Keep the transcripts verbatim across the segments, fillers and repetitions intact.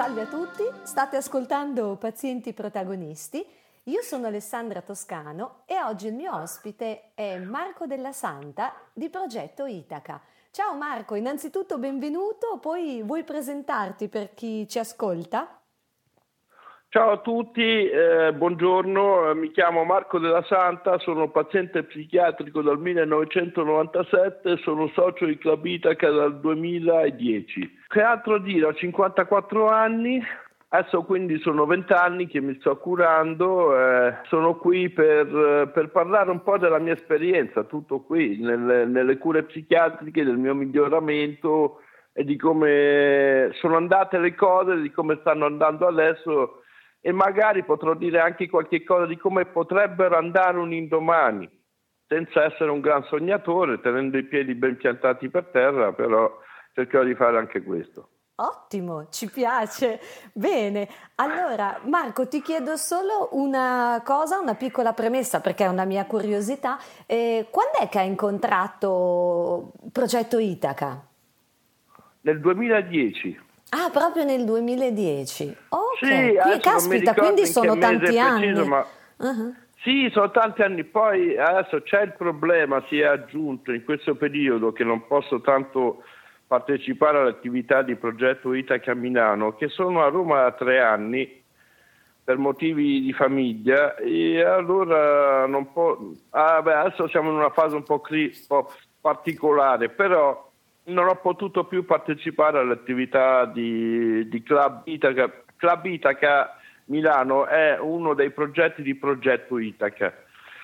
Salve a tutti, state ascoltando Pazienti Protagonisti. Io sono Alessandra Toscano e oggi il mio ospite è Marco Della Santa di Progetto Itaca. Ciao Marco, innanzitutto benvenuto, poi vuoi presentarti per chi ci ascolta? Ciao a tutti, eh, buongiorno, mi chiamo Marco Della Santa, sono paziente psichiatrico dal millenovecentonovantasette, sono socio di Club Itaca dal duemiladieci. Che altro dire, ho cinquantaquattro anni, adesso quindi sono venti anni che mi sto curando, eh, sono qui per, per parlare un po' della mia esperienza, tutto qui, nelle, nelle cure psichiatriche, del mio miglioramento e di come sono andate le cose, di come stanno andando adesso. E magari potrò dire anche qualche cosa di come potrebbero andare un indomani, senza essere un gran sognatore, tenendo i piedi ben piantati per terra, però cercherò di fare anche questo. Ottimo, ci piace. Bene, allora Marco ti chiedo solo una cosa, una piccola premessa perché è una mia curiosità. Eh, quando è che hai incontrato Progetto Itaca? Nel duemiladieci. Ah, proprio nel duemiladieci. Ok, sì, qui, caspita, quindi sono tanti anni. Preciso, ma... uh-huh. Sì, sono tanti anni. Poi adesso c'è il problema, si è aggiunto in questo periodo che non posso tanto partecipare all'attività di Progetto Itaca a Milano, che sono a Roma da tre anni per motivi di famiglia e allora non può... Ah, beh, adesso siamo in una fase un po', cri... un po' particolare, però non ho potuto più partecipare all'attività di, di Club Itaca. Club Itaca Milano è uno dei progetti di Progetto Itaca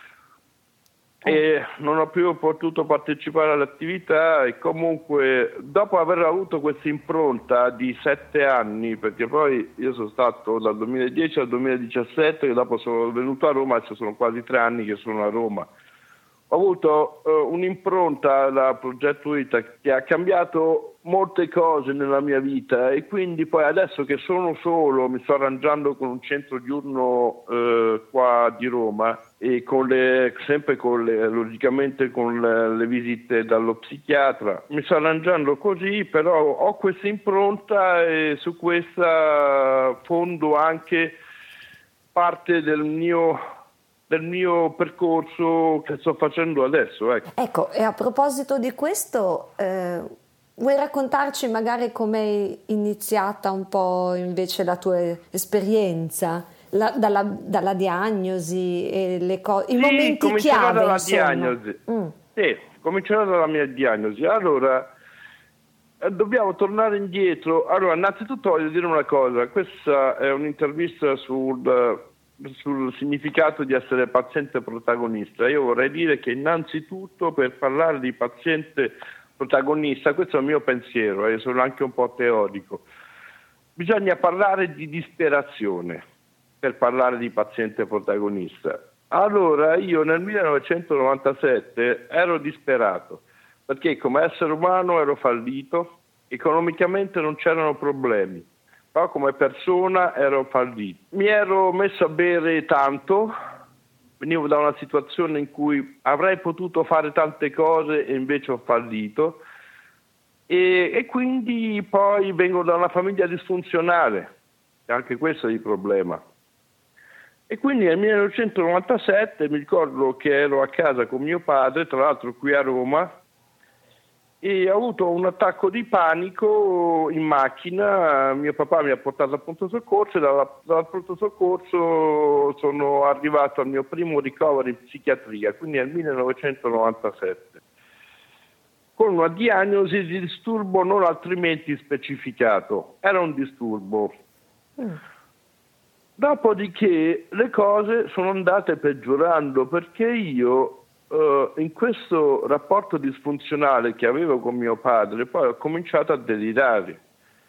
e non ho più potuto partecipare all'attività e comunque dopo aver avuto questa impronta di sette anni, perché poi io sono stato dal duemiladieci al duemiladiciassette e dopo sono venuto a Roma, adesso sono quasi tre anni che sono a Roma. Ho avuto uh, un'impronta da Progetto Itaca che ha cambiato molte cose nella mia vita e quindi poi adesso che sono solo mi sto arrangiando con un centro diurno uh, qua di Roma e con le, sempre con le, logicamente con le, le visite dallo psichiatra. Mi sto arrangiando così, però ho questa impronta e su questa fondo anche parte del mio... del mio percorso che sto facendo adesso. Ecco, ecco e a proposito di questo, eh, vuoi raccontarci magari come è iniziata un po' invece la tua esperienza, la, dalla, dalla diagnosi e le co- i sì, momenti chiave, dalla insomma. diagnosi. Mm. Sì, comincerò dalla mia diagnosi. Allora, eh, dobbiamo tornare indietro. Allora, innanzitutto voglio dire una cosa, questa è un'intervista sul... sul significato di essere paziente protagonista. Io vorrei dire che innanzitutto per parlare di paziente protagonista, questo è il mio pensiero, e eh, sono anche un po' teorico, bisogna parlare di disperazione per parlare di paziente protagonista. Allora io nel millenovecentonovantasette ero disperato perché come essere umano ero fallito, economicamente non c'erano problemi, però come persona ero fallito. Mi ero messo a bere tanto, venivo da una situazione in cui avrei potuto fare tante cose e invece ho fallito e, e quindi poi vengo da una famiglia disfunzionale, e anche questo è il problema. E quindi nel millenovecentonovantasette mi ricordo che ero a casa con mio padre, tra l'altro qui a Roma, e ho avuto un attacco di panico in macchina. Mio papà mi ha portato al pronto soccorso e dal, dal pronto soccorso sono arrivato al mio primo ricovero in psichiatria, quindi nel millenovecentonovantasette, con una diagnosi di disturbo non altrimenti specificato. Era un disturbo. Mm. Dopodiché le cose sono andate peggiorando perché io Uh, in questo rapporto disfunzionale che avevo con mio padre poi ho cominciato a delirare.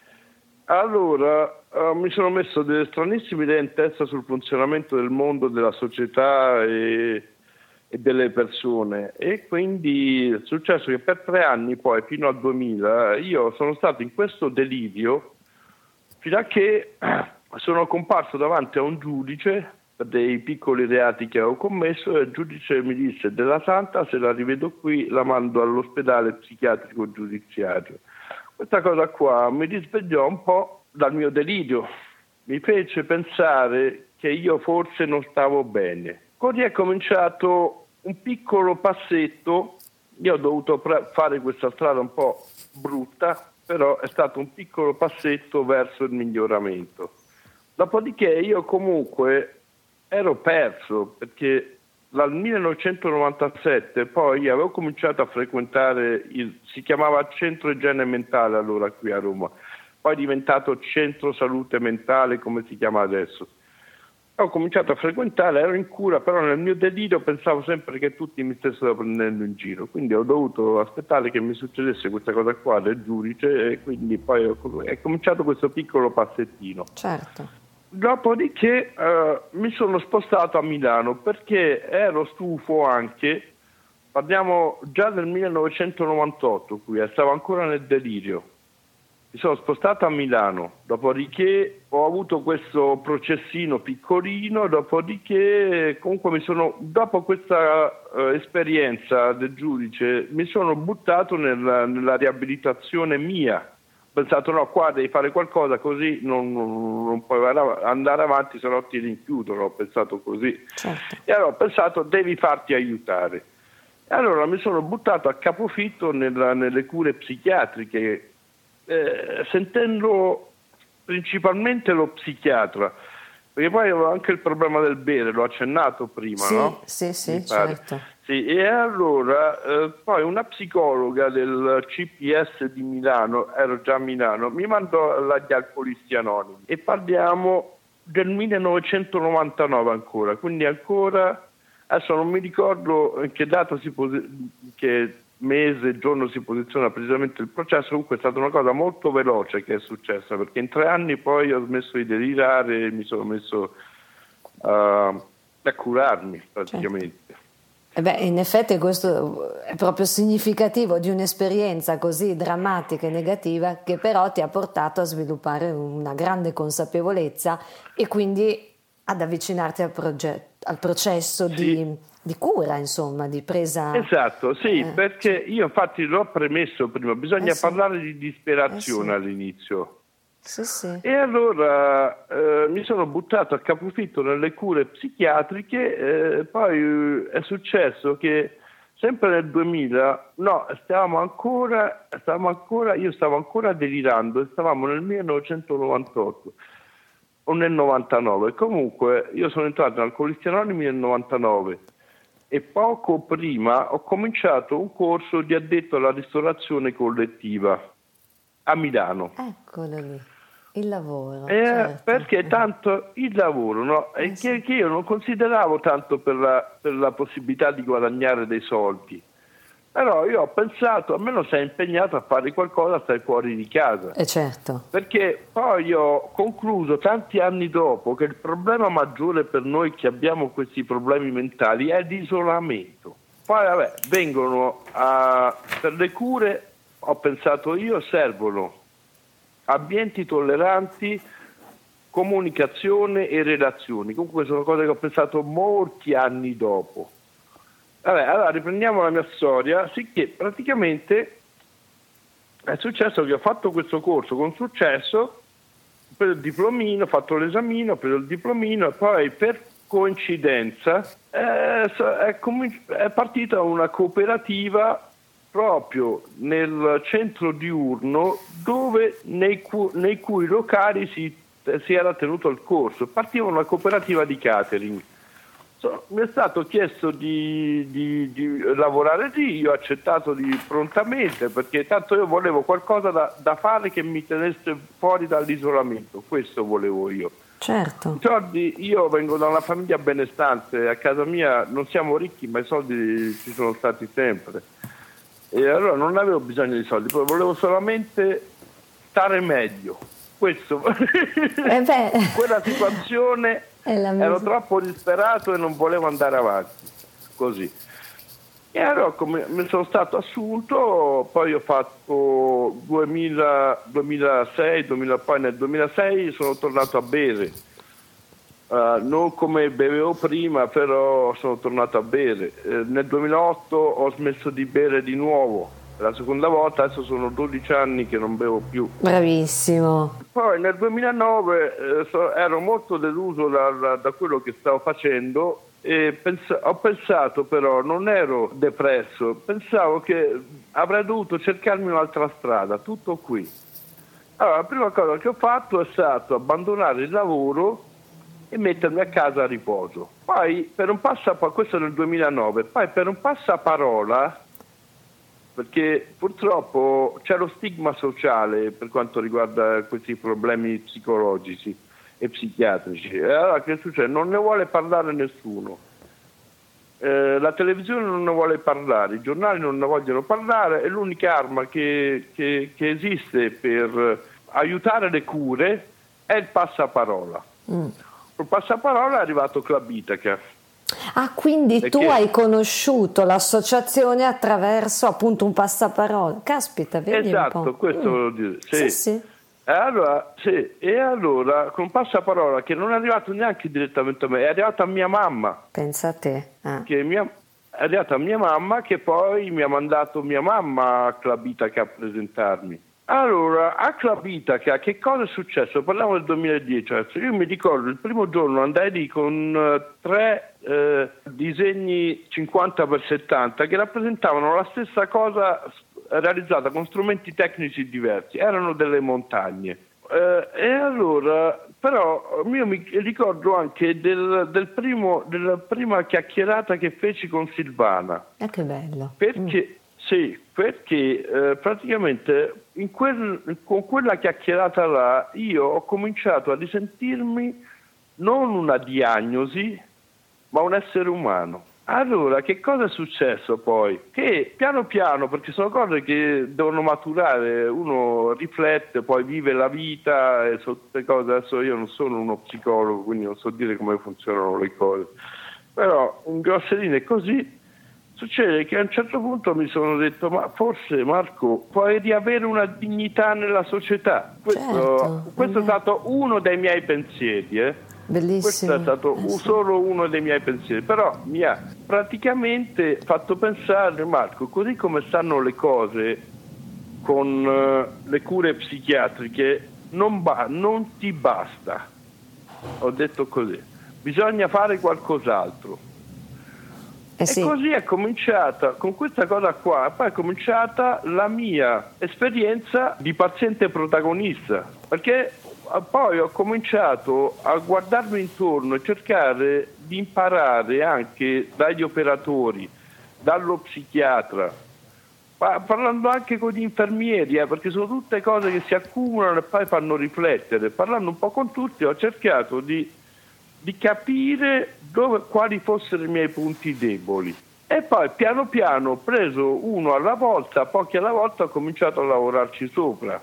Allora uh, mi sono messo delle stranissime idee in testa sul funzionamento del mondo, della società e, e delle persone e quindi è successo che per tre anni poi fino al duemila io sono stato in questo delirio fino a che sono comparso davanti a un giudice dei piccoli reati che avevo commesso e il giudice mi disse: Della Santa, se la rivedo qui la mando all'ospedale psichiatrico giudiziario. Questa cosa qua mi risvegliò un po' dal mio delirio, mi fece pensare che io forse non stavo bene. Così è cominciato un piccolo passetto. Io ho dovuto pre- fare questa strada un po' brutta, però è stato un piccolo passetto verso il miglioramento. Dopodiché io comunque ero perso, perché dal millenovecentonovantasette poi avevo cominciato a frequentare, il, si chiamava Centro Igiene Mentale allora qui a Roma, poi è diventato Centro Salute Mentale come si chiama adesso. Ho cominciato a frequentare, ero in cura, però nel mio delirio pensavo sempre che tutti mi stessero prendendo in giro, quindi ho dovuto aspettare che mi succedesse questa cosa qua del giudice e quindi poi ho, è cominciato questo piccolo passettino. Certo. Dopodiché eh, mi sono spostato a Milano perché ero stufo anche, parliamo già del millenovecentonovantotto qui, stavo ancora nel delirio. Mi sono spostato a Milano, dopodiché ho avuto questo processino piccolino, dopodiché comunque mi sono, dopo questa eh, esperienza del giudice, mi sono buttato nella, nella riabilitazione mia. Ho pensato no, qua devi fare qualcosa così non, non, non puoi andare avanti, se no ti rinchiudono, ho pensato così. Certo. E allora ho pensato devi farti aiutare. E allora mi sono buttato a capofitto nella, nelle cure psichiatriche, Eh, sentendo principalmente lo psichiatra, perché poi avevo anche il problema del bere, l'ho accennato prima, sì, no? Sì, sì, certo. Sì, e allora eh, poi una psicologa del C P S di Milano, ero già a Milano, mi mandò agli Alcolisti Anonimi e parliamo del millenovecentonovantanove ancora, quindi ancora, adesso non mi ricordo in che data si posi- che mese, giorno si posiziona precisamente il processo, comunque è stata una cosa molto veloce che è successa, perché in tre anni poi ho smesso di delirare e mi sono messo uh, a curarmi praticamente. Certo. E beh, in effetti questo è proprio significativo di un'esperienza così drammatica e negativa che però ti ha portato a sviluppare una grande consapevolezza e quindi ad avvicinarti al, progetto, al processo sì. di... di cura, insomma, di presa... Esatto, sì, eh, perché io infatti l'ho premesso prima, bisogna eh sì. parlare di disperazione eh sì. all'inizio. Sì, sì. E allora eh, mi sono buttato a capofitto nelle cure psichiatriche, eh, poi eh, è successo che sempre nel duemila, no, stavamo ancora, stavamo ancora, io stavo ancora delirando, stavamo nel millenovecentonovantotto. O nel novantanove, comunque io sono entrato in Alcolisti Anonimi nel novantanove e poco prima ho cominciato un corso di addetto alla ristorazione collettiva a Milano. Eccolo lì, il lavoro. Eh, certo. Perché tanto il lavoro, no? Eh, che, sì. che io non consideravo tanto per la, per la possibilità di guadagnare dei soldi. Però io ho pensato, almeno sei impegnato a fare qualcosa, stai fuori di casa. Eh certo. Perché poi ho concluso tanti anni dopo che il problema maggiore per noi che abbiamo questi problemi mentali è l'isolamento. Poi vabbè, vengono a, per le cure, ho pensato io, servono ambienti tolleranti, comunicazione e relazioni. Comunque sono cose che ho pensato molti anni dopo. Vabbè, allora riprendiamo la mia storia, sicché praticamente è successo che ho fatto questo corso con successo, per il diplomino, ho fatto l'esamino, per il diplomino e poi per coincidenza è, è, comin- è partita una cooperativa proprio nel centro diurno dove nei, cu- nei cui locali si, si era tenuto il corso. Partiva una cooperativa di catering. So, mi è stato chiesto di, di, di lavorare lì, io ho accettato di, prontamente perché tanto io volevo qualcosa da, da fare che mi tenesse fuori dall'isolamento, questo volevo io. Certo. I soldi, io vengo da una famiglia benestante, a casa mia non siamo ricchi ma i soldi ci sono stati sempre e allora non avevo bisogno di soldi, volevo solamente stare meglio. Questo, eh beh. Quella situazione ero troppo disperato e non volevo andare avanti così. E allora come mi sono stato assunto, poi ho fatto duemila, duemilasei, duemila, poi nel duemilasei sono tornato a bere, uh, non come bevevo prima, però sono tornato a bere. Eh, nel duemilaotto ho smesso di bere di nuovo. la seconda volta, adesso sono dodici anni che non bevo più. Bravissimo. Poi nel duemilanove eh, so, ero molto deluso da, da quello che stavo facendo e pens- ho pensato, però non ero depresso, pensavo che avrei dovuto cercarmi un'altra strada, tutto qui. Allora la prima cosa che ho fatto è stato abbandonare il lavoro e mettermi a casa a riposo. Poi per un passaparola, questo nel duemilanove, poi per un passaparola, perché purtroppo c'è lo stigma sociale per quanto riguarda questi problemi psicologici e psichiatrici. E allora che succede? Non ne vuole parlare nessuno. Eh, la televisione non ne vuole parlare, i giornali non ne vogliono parlare, e l'unica arma che, che, che esiste per aiutare le cure è il passaparola. Mm. Il passaparola è arrivato Club Itaca. Ah, quindi e tu che... hai conosciuto l'associazione attraverso appunto un passaparola. Caspita, vedi esatto, un po'. questo mm. volevo dire. Sì. Sì, sì. E allora, sì, e allora con passaparola che non è arrivato neanche direttamente a me, è arrivato a mia mamma. Pensa a te. Ah. Che mia, è arrivato a mia mamma, che poi mi ha mandato mia mamma a Club Itaca a presentarmi. Allora, a Club Itaca che cosa è successo? Parliamo del duemiladieci. Io mi ricordo il primo giorno andai lì con uh, tre uh, disegni cinquanta per settanta che rappresentavano la stessa cosa realizzata con strumenti tecnici diversi. Erano delle montagne. Uh, e allora, però, io mi ricordo anche del, del primo, della prima chiacchierata che feci con Silvana. Eh, che bello. Perché... Mm. Sì, perché eh, praticamente in quel, con quella chiacchierata là io ho cominciato a risentirmi non una diagnosi, ma un essere umano. Allora, che cosa è successo poi? Che piano piano, perché sono cose che devono maturare, uno riflette, poi vive la vita e sono tutte cose. Adesso io non sono uno psicologo, quindi non so dire come funzionano le cose, però un grosse linee così. Succede che a un certo punto mi sono detto, ma forse Marco puoi riavere una dignità nella società. Questo, certo, questo è stato uno dei miei pensieri. Eh. Bellissimo. Questo è stato eh, solo uno dei miei pensieri, però mi ha praticamente fatto pensare, Marco, così come stanno le cose con uh, le cure psichiatriche, non, ba- non ti basta. Ho detto così, bisogna fare qualcos'altro. Eh sì. E così è cominciata, con questa cosa qua, poi è cominciata la mia esperienza di paziente protagonista, perché poi ho cominciato a guardarmi intorno e cercare di imparare anche dagli operatori, dallo psichiatra, parlando anche con gli infermieri, eh, perché sono tutte cose che si accumulano e poi fanno riflettere. Parlando un po' con tutti ho cercato di di capire dove, quali fossero i miei punti deboli, e poi piano piano ho preso uno alla volta, pochi alla volta, ho cominciato a lavorarci sopra.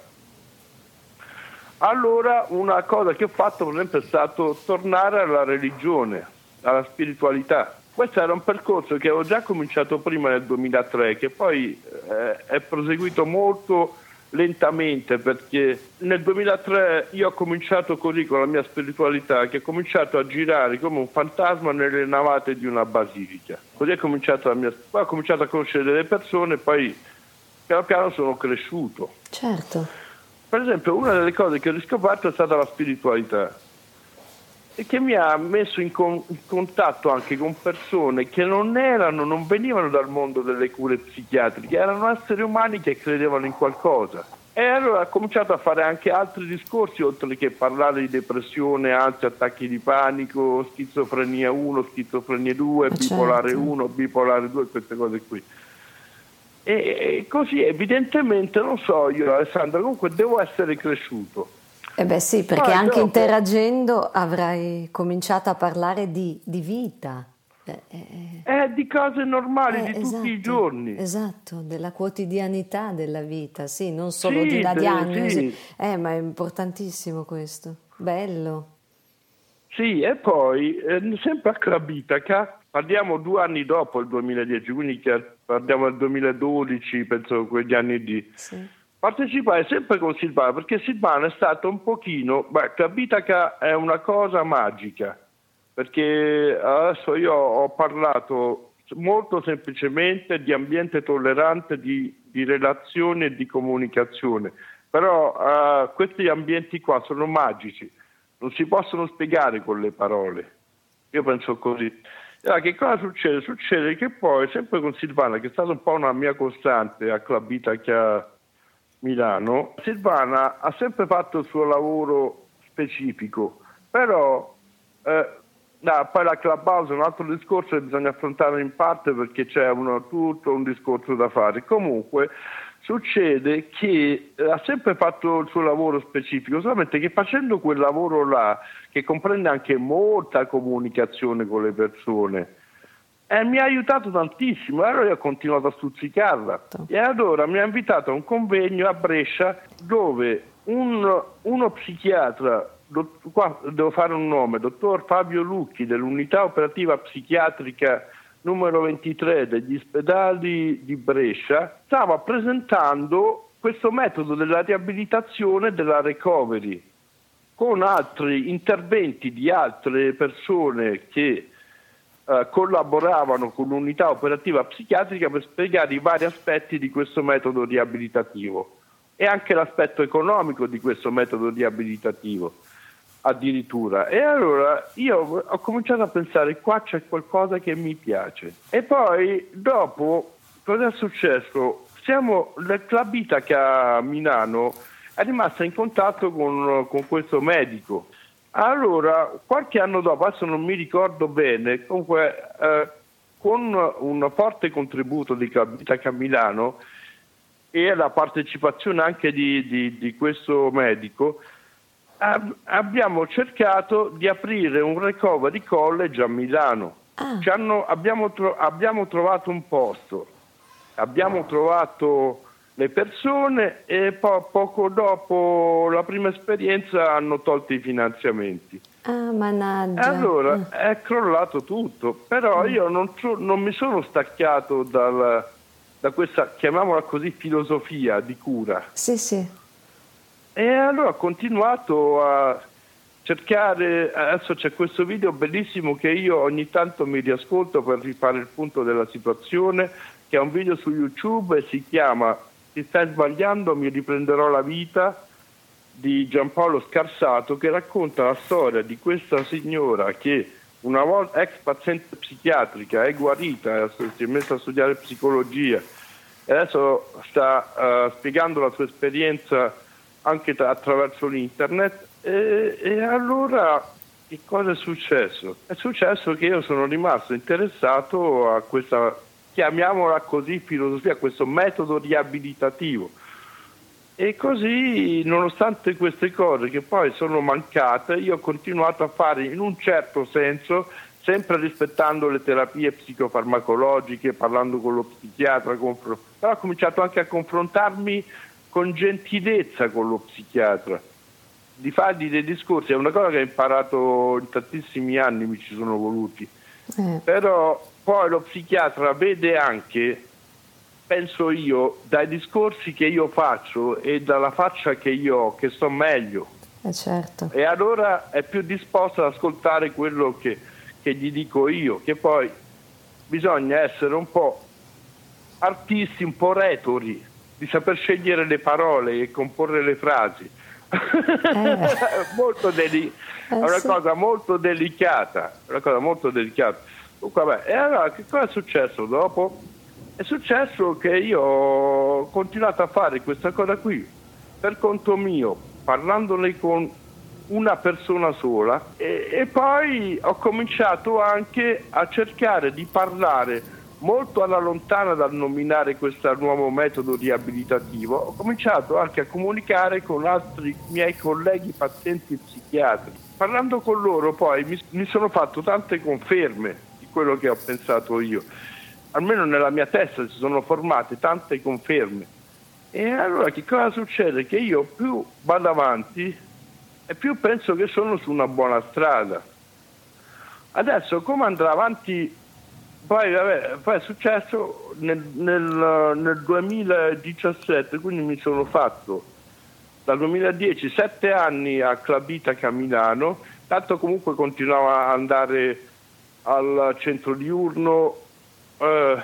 Allora una cosa che ho fatto per esempio è stato tornare alla religione, alla spiritualità. Questo era un percorso che avevo già cominciato prima nel duemilatré, che poi eh, è proseguito molto lentamente, perché nel duemilatré io ho cominciato così con la mia spiritualità, che ho cominciato a girare come un fantasma nelle navate di una basilica. Così è cominciata la mia, poi ho cominciato a conoscere delle persone, poi piano piano sono cresciuto. Certo. Per esempio, una delle cose che ho riscoperto è stata la spiritualità, e che mi ha messo in, con, in contatto anche con persone che non erano, non venivano dal mondo delle cure psichiatriche, erano esseri umani che credevano in qualcosa. E allora ho cominciato a fare anche altri discorsi, oltre che parlare di depressione, ansia, attacchi di panico, schizofrenia uno, schizofrenia due, bipolare uno, bipolare due, queste cose qui. E, e così evidentemente, non so io Alessandro, comunque devo essere cresciuto. Eh beh sì, perché Poi anche dopo, interagendo avrai cominciato a parlare di, di vita. Eh, eh, eh, di cose normali, eh, di esatto, tutti i giorni. Esatto, della quotidianità della vita, sì, non solo sì, di una de, diagnosi. Sì. Eh, ma è importantissimo questo, bello. Sì, e poi eh, sempre a Club Itaca, parliamo due anni dopo il duemiladieci, quindi parliamo del duemiladodici, penso quegli anni lì. Sì. Partecipai sempre con Silvana, perché Silvana è stato un pochino, beh, Club Itaca è una cosa magica, perché adesso io ho parlato molto semplicemente di ambiente tollerante, di, di relazione e di comunicazione. Però uh, questi ambienti qua sono magici, non si possono spiegare con le parole. Io penso così. Allora, che cosa succede? Succede che poi, sempre con Silvana, che è stata un po' una mia costante a Club Itaca Milano, Silvana ha sempre fatto il suo lavoro specifico, però eh, no, poi la Clubhouse è un altro discorso che bisogna affrontare in parte perché c'è uno, tutto un discorso da fare. Comunque succede che eh, ha sempre fatto il suo lavoro specifico, solamente che facendo quel lavoro là, che comprende anche molta comunicazione con le persone, eh, mi ha aiutato tantissimo. Allora io ho continuato a stuzzicarla e allora mi ha invitato a un convegno a Brescia dove un, uno psichiatra, dott- qua devo fare un nome, dottor Fabio Lucchi dell'unità operativa psichiatrica numero ventitré degli ospedali di Brescia, stava presentando questo metodo della riabilitazione e della recovery con altri interventi di altre persone che eh, collaboravano con l'unità operativa psichiatrica per spiegare i vari aspetti di questo metodo riabilitativo e anche l'aspetto economico di questo metodo riabilitativo addirittura. E allora io ho cominciato a pensare, qua c'è qualcosa che mi piace. E poi dopo cosa è successo? Siamo nel Club Itaca a Milano, è rimasta in contatto con, con questo medico. Allora qualche anno dopo, adesso non mi ricordo bene, comunque eh, con un forte contributo di Club Itaca a Milano e la partecipazione anche di, di, di questo medico, abbiamo cercato di aprire un recovery college a Milano. Ah. Ci hanno, abbiamo, tro- abbiamo trovato un posto, abbiamo trovato le persone e po- poco dopo la prima esperienza hanno tolto i finanziamenti. Ah, mannaggia. E allora ah. è crollato tutto, però mm. io non, so, non mi sono staccato dal, da questa, chiamiamola così, filosofia di cura. Sì, sì. E allora ho continuato a cercare, adesso c'è questo video bellissimo che io ogni tanto mi riascolto per rifare il punto della situazione, che è un video su YouTube e si chiama Ti stai sbagliando, mi riprenderò la vita, di Giampaolo Scarsato, che racconta la storia di questa signora che una volta ex paziente psichiatrica è guarita, si è messa a studiare psicologia e adesso sta uh, spiegando la sua esperienza anche attraverso l'internet. E, e allora che cosa è successo? È successo che io sono rimasto interessato a questa, chiamiamola così, filosofia, a questo metodo riabilitativo. E così, nonostante queste cose che poi sono mancate, io ho continuato a fare in un certo senso, sempre rispettando le terapie psicofarmacologiche, parlando con lo psichiatra, con... però ho cominciato anche a confrontarmi con gentilezza con lo psichiatra, di fargli dei discorsi. È una cosa che ho imparato in tantissimi anni, mi ci sono voluti. Eh. Però poi lo psichiatra vede anche, penso io, dai discorsi che io faccio e dalla faccia che io ho, che sto meglio. Eh certo. E allora è più disposto ad ascoltare quello che, che gli dico io, che poi bisogna essere un po' artisti, un po' retori, di saper scegliere le parole e comporre le frasi. Eh. molto deli- eh, è una sì. cosa molto delicata, una cosa molto delicata. Dunque, vabbè, e allora che cosa è successo dopo? È successo che io ho continuato a fare questa cosa qui per conto mio, parlandone con una persona sola e, e poi ho cominciato anche a cercare di parlare molto alla lontana dal nominare questo nuovo metodo riabilitativo. Ho cominciato anche a comunicare con altri miei colleghi pazienti psichiatri. Parlando con loro poi mi, mi sono fatto tante conferme di quello che ho pensato io. Almeno nella mia testa si sono formate tante conferme. E allora che cosa succede? Che io più vado avanti e più penso che sono su una buona strada. Adesso come andrà avanti? Poi, vabbè, poi è successo nel, nel, nel duemiladiciassette, quindi mi sono fatto dal duemiladieci sette anni a Club Itaca a Milano, tanto comunque continuavo a andare al centro diurno eh,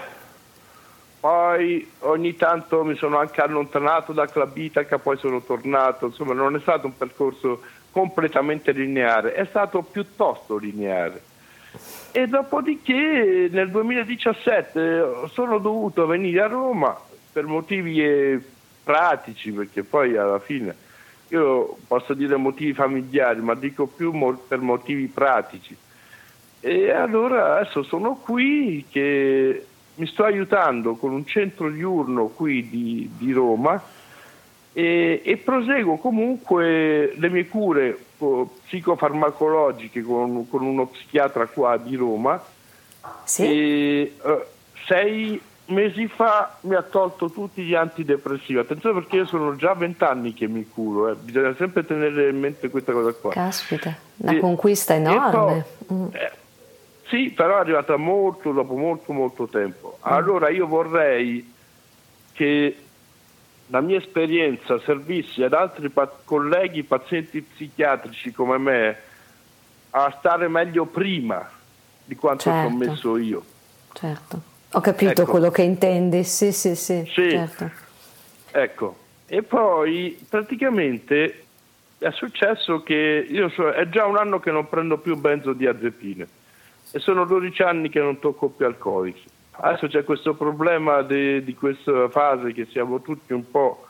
poi ogni tanto mi sono anche allontanato da Club Itaca, poi sono tornato, insomma non è stato un percorso completamente lineare, è stato piuttosto lineare. E dopodiché nel duemiladiciassette sono dovuto venire a Roma per motivi eh, pratici, perché poi alla fine io posso dire motivi familiari, ma dico più mo- per motivi pratici. E allora adesso sono qui che mi sto aiutando con un centro diurno qui di, di Roma e, e proseguo comunque le mie cure psicofarmacologiche con, con uno psichiatra qua di Roma. Sì? E uh, sei mesi fa mi ha tolto tutti gli antidepressivi. Attenzione, perché io sono già vent'anni che mi curo, eh. Bisogna sempre tenere in mente questa cosa qua. Caspita, una E, conquista enorme. poi, Mm. eh, sì, però è arrivata molto dopo molto molto tempo. Allora io vorrei che la mia esperienza servisse ad altri pa- colleghi pazienti psichiatrici come me a stare meglio prima di quanto Certo. ci ho messo io. Certo, ho capito Ecco. quello che intendi, sì, sì, sì, Sì. certo. Ecco, e poi praticamente è successo che io so, è già un anno che non prendo più benzodiazepine e sono dodici anni che non tocco più alcolici. Adesso c'è questo problema de, di questa fase che siamo tutti un po'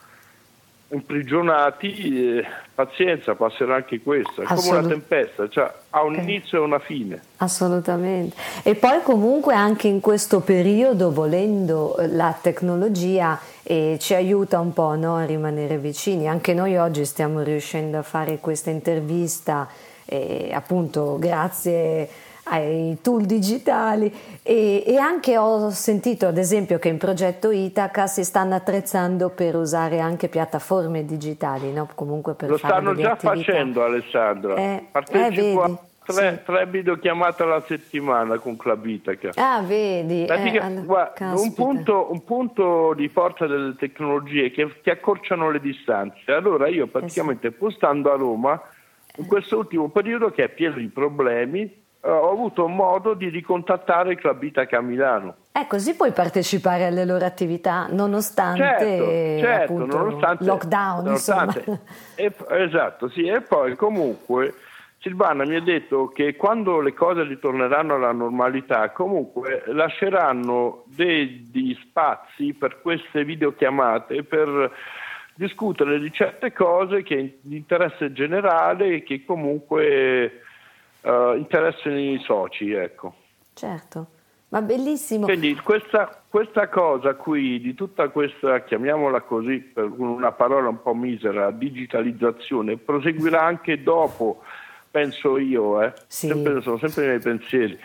imprigionati, eh, pazienza, passerà anche questo, è come Assolut- una tempesta, cioè ha un Ok. inizio e una fine. Assolutamente. E poi comunque anche in questo periodo, volendo, la tecnologia eh, ci aiuta un po', no, a rimanere vicini. Anche noi oggi stiamo riuscendo a fare questa intervista eh, appunto grazie ai tool digitali e, e anche ho sentito ad esempio che in progetto Itaca si stanno attrezzando per usare anche piattaforme digitali, no? Comunque per Lo fare stanno delle già attività. facendo, Alessandra. Eh, Partecipo eh, vedi, a tre, sì. tre videochiamate alla settimana con Club Itaca. Ah, vedi, eh, Pratica- allora, guarda, un, caspita. punto, un punto di forza delle tecnologie che, che accorciano le distanze. Allora io praticamente, pur stando a Roma, in questo ultimo periodo che è pieno di problemi, eh, ho avuto modo di ricontattare il Club Itaca a Milano. Eh, così puoi partecipare alle loro attività nonostante Certo, certo, appunto nonostante, lockdown, nonostante insomma. e- esatto, sì, e poi comunque Silvana mi ha detto che quando le cose ritorneranno alla normalità, comunque lasceranno degli spazi per queste videochiamate per discutere di certe cose che è di interesse generale e che comunque eh, interessano i soci, ecco. Certo, ma bellissimo. Quindi questa, questa cosa qui, di tutta questa, chiamiamola così, per una parola un po' misera, digitalizzazione, proseguirà anche dopo, penso io, eh. Sì. Sempre, sono sempre i miei pensieri.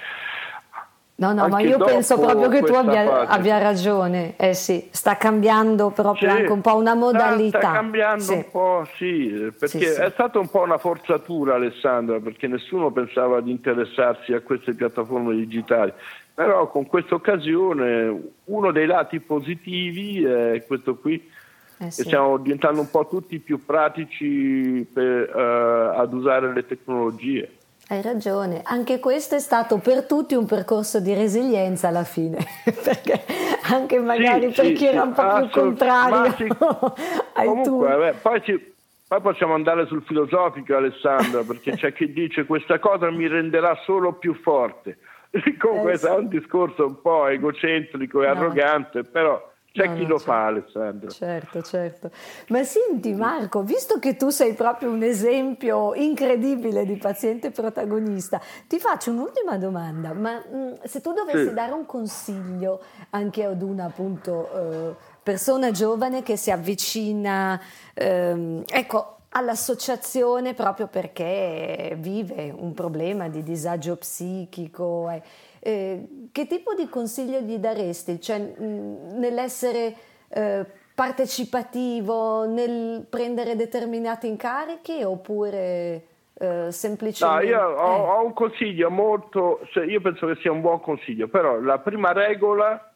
No, no, ma Anche io penso dopo proprio che tu questa abbia, fase. abbia ragione. Eh sì, sta cambiando proprio Sì, anche un po' una modalità. Sta, sta cambiando Sì. un po', sì, perché Sì, sì. è stata un po' una forzatura, Alessandra, perché nessuno pensava di interessarsi a queste piattaforme digitali. Però con questa occasione uno dei lati positivi è questo qui, Eh sì. che stiamo diventando un po' tutti più pratici per, eh, ad usare le tecnologie. Hai ragione, anche questo è stato per tutti un percorso di resilienza alla fine, perché anche magari Sì, per sì, chi era sì, un po' più assolut- contrario ma sì. ai Comunque, tool. vabbè, poi, ci- poi possiamo andare sul filosofico, Alessandra, perché c'è chi dice questa cosa mi renderà solo più forte. Comunque Eh sì. è un discorso un po' egocentrico e No. arrogante, però c'è No, chi no, lo certo. fa, Alessandra. Certo, certo. Ma senti Marco, visto che tu sei proprio un esempio incredibile di paziente protagonista, ti faccio un'ultima domanda, ma mh, se tu dovessi Sì. dare un consiglio anche ad una appunto eh, persona giovane che si avvicina, ehm, ecco, all'associazione proprio perché vive un problema di disagio psichico, eh, eh, che tipo di consiglio gli daresti? Cioè, mh, nell'essere eh, partecipativo, nel prendere determinati incarichi oppure eh, No, semplicemente... io ho, eh, ho un consiglio molto, cioè, io penso che sia un buon consiglio, però la prima regola,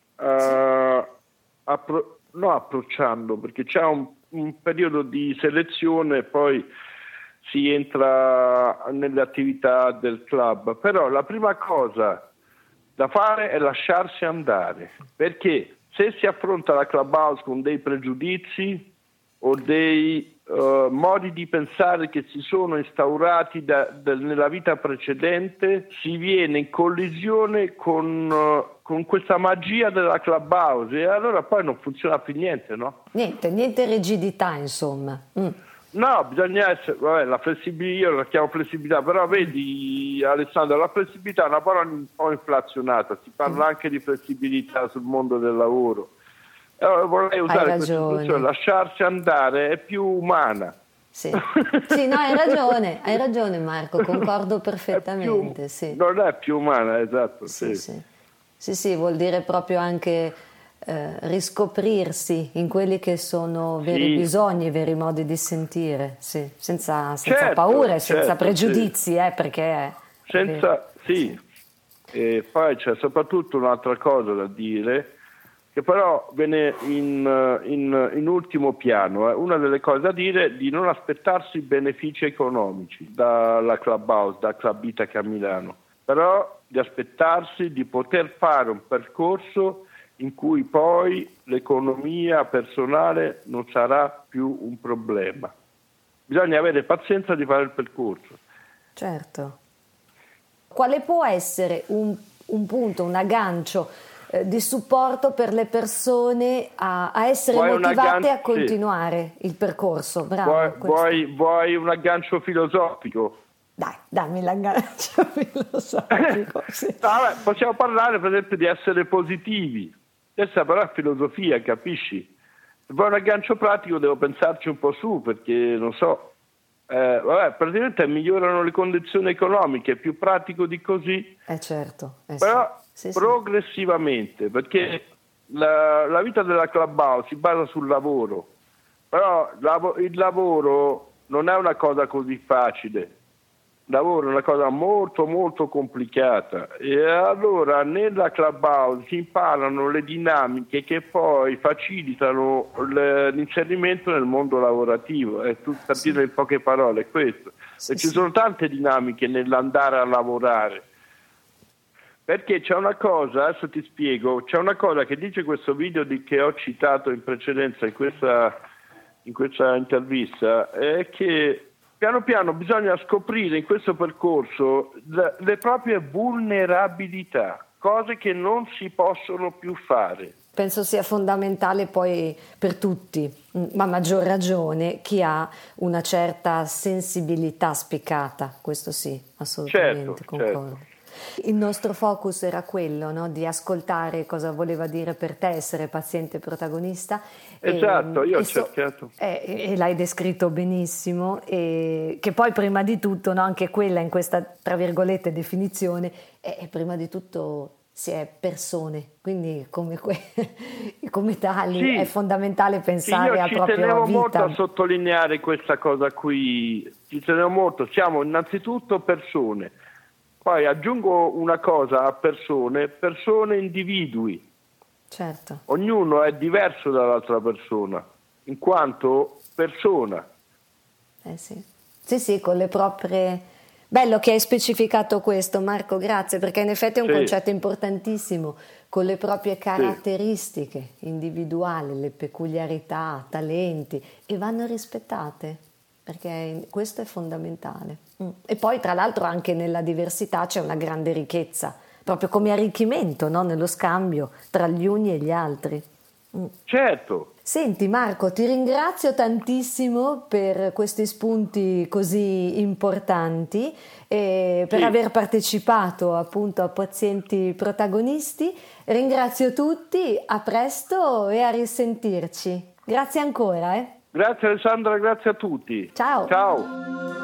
eh, appro- no approcciando, perché c'è un, un periodo di selezione e poi si entra nelle attività del club, però la prima cosa da fare è lasciarsi andare, perché se si affronta la Clubhouse con dei pregiudizi o dei uh, modi di pensare che si sono instaurati da, da, nella vita precedente, si viene in collisione con, uh, con questa magia della Clubhouse e allora poi non funziona più niente, no? Niente, niente rigidità, insomma. Mm. No, bisogna essere, vabbè, la flessibilità, io la chiamo flessibilità, però vedi Alessandro, la flessibilità è una parola un po' inflazionata, si parla mm. anche di flessibilità sul mondo del lavoro. Allora, vorrei usare questa espressione, lasciarsi andare è più umana. Sì. Sì, no, hai ragione, hai ragione Marco, concordo perfettamente. Più, sì. Non è più umana, esatto. Sì, sì. sì, sì, sì, vuol dire proprio anche eh, riscoprirsi in quelli che sono veri sì. bisogni, i veri modi di sentire, sì, senza, senza certo, paure, senza certo, pregiudizi, sì. eh, perché... Senza, sì. sì. E poi c'è soprattutto un'altra cosa da dire, che però viene in, in, in ultimo piano. Eh. Una delle cose da dire è di non aspettarsi benefici economici dalla Clubhouse, da Club Itaca a Milano, però di aspettarsi di poter fare un percorso in cui poi l'economia personale non sarà più un problema. Bisogna avere pazienza di fare il percorso. Certo. Quale può essere un, un punto, un aggancio eh, di supporto per le persone a, a essere vuoi motivate aggan- a continuare sì. il percorso? Bravo, vuoi, vuoi, vuoi un aggancio filosofico? Dai, dammi l'aggancio filosofico. Sì. No, vabbè, possiamo parlare per esempio di essere positivi. Questa però è filosofia, capisci? Se vuoi un aggancio pratico devo pensarci un po' su, perché non so, eh, vabbè, praticamente migliorano le condizioni economiche, è più pratico di così. Eh certo. Eh però sì. Sì, progressivamente, sì. Perché la, la vita della Clubhouse si basa sul lavoro, però il lavoro non è una cosa così facile. Il lavoro è una cosa molto molto complicata e allora nella Clubhouse si imparano le dinamiche che poi facilitano l'inserimento nel mondo lavorativo, è tutto per sì. dire in poche parole è questo. Sì, e ci sì. sono tante dinamiche nell'andare a lavorare, perché c'è una cosa, adesso ti spiego, c'è una cosa che dice questo video di, che ho citato in precedenza in questa, in questa intervista, è che piano piano bisogna scoprire in questo percorso le, le proprie vulnerabilità, cose che non si possono più fare. Penso sia fondamentale poi per tutti, ma a maggior ragione chi ha una certa sensibilità spiccata, questo sì, assolutamente, certo, concordo. Certo. Il nostro focus era quello, no? Di ascoltare cosa voleva dire per te essere paziente protagonista. Esatto, e, io ho e so, cercato. E, e l'hai descritto benissimo, e che poi prima di tutto, no, anche quella in questa, tra virgolette, definizione, è, è prima di tutto si è persone, quindi come, que- come tali sì. è fondamentale pensare sì, a propria vita. Io ci tenevo molto a sottolineare questa cosa qui, ci tenevo molto, siamo innanzitutto persone. Poi aggiungo una cosa a persone, persone individui. Certo. Ognuno è diverso dall'altra persona, in quanto persona. Eh sì. Sì, sì, con le proprie... Bello che hai specificato questo, Marco, grazie, perché in effetti è un sì. concetto importantissimo, con le proprie caratteristiche sì. individuali, le peculiarità, talenti, e vanno rispettate, perché questo è fondamentale. Mm. E poi tra l'altro anche nella diversità c'è una grande ricchezza, proprio come arricchimento, no? Nello scambio tra gli uni e gli altri. Mm. Certo. Senti Marco, ti ringrazio tantissimo per questi spunti così importanti e per sì. aver partecipato appunto a Pazienti Protagonisti. Ringrazio tutti, a presto e a risentirci. Grazie ancora. Eh. Grazie Alessandra, grazie a tutti. Ciao. Ciao.